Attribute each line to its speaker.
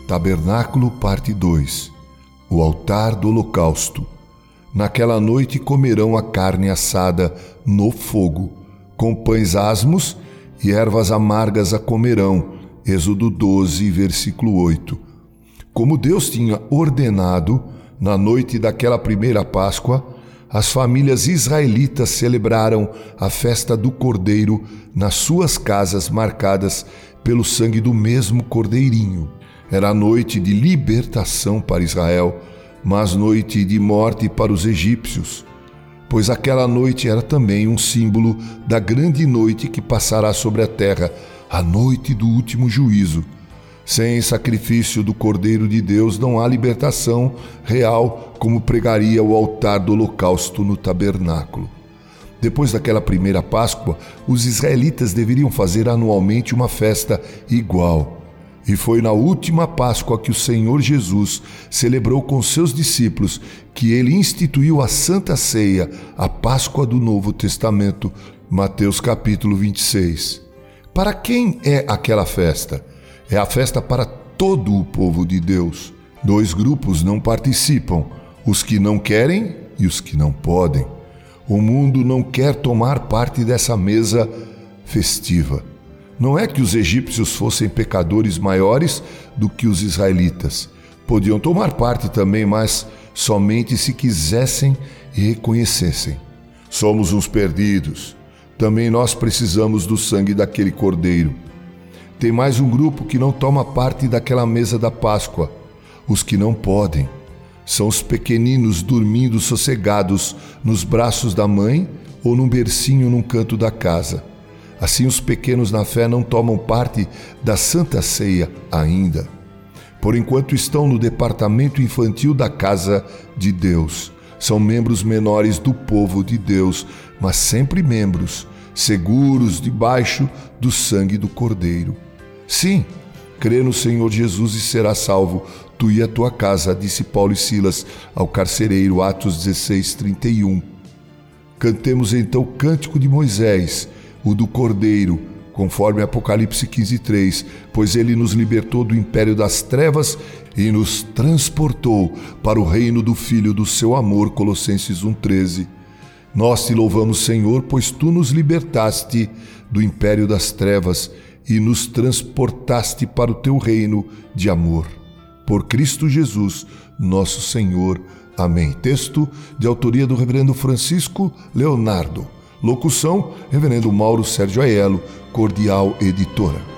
Speaker 1: Tabernáculo, parte 2. O altar do holocausto. Naquela noite comerão a carne assada no fogo, com pães asmos e ervas amargas a comerão. Êxodo 12, versículo 8. Como Deus tinha ordenado, na noite daquela primeira Páscoa, as famílias israelitas celebraram a festa do Cordeiro nas suas casas marcadas pelo sangue do mesmo cordeirinho. Era noite de libertação para Israel, mas noite de morte para os egípcios, pois aquela noite era também um símbolo da grande noite que passará sobre a terra, a noite do último juízo. Sem sacrifício do Cordeiro de Deus não há libertação real, como pregaria o altar do holocausto no tabernáculo. Depois daquela primeira Páscoa, os israelitas deveriam fazer anualmente uma festa igual. E foi na última Páscoa que o Senhor Jesus celebrou com seus discípulos que ele instituiu a Santa Ceia, a Páscoa do Novo Testamento, Mateus capítulo 26. Para quem é aquela festa? É a festa para todo o povo de Deus. Dois grupos não participam, os que não querem e os que não podem. O mundo não quer tomar parte dessa mesa festiva. Não é que os egípcios fossem pecadores maiores do que os israelitas. Podiam tomar parte também, mas somente se quisessem e reconhecessem. Somos uns perdidos. Também nós precisamos do sangue daquele cordeiro. Tem mais um grupo que não toma parte daquela mesa da Páscoa. Os que não podem. São os pequeninos dormindo sossegados nos braços da mãe ou num bercinho num canto da casa. Assim, os pequenos na fé não tomam parte da Santa Ceia ainda. Por enquanto estão no departamento infantil da casa de Deus. São membros menores do povo de Deus, mas sempre membros, seguros debaixo do sangue do Cordeiro. Sim, crê no Senhor Jesus e será salvo, tu e a tua casa, disse Paulo e Silas ao carcereiro, Atos 16, 31. Cantemos então o cântico de Moisés, o do Cordeiro, conforme Apocalipse 15, 3, pois ele nos libertou do império das trevas e nos transportou para o reino do Filho do seu amor, Colossenses 1, 13. Nós te louvamos, Senhor, pois tu nos libertaste do império das trevas e nos transportaste para o teu reino de amor. Por Cristo Jesus, nosso Senhor. Amém. Texto de autoria do reverendo Francisco Leonardo. Locução, reverendo Mauro Sérgio Aiello, Cordial Editora.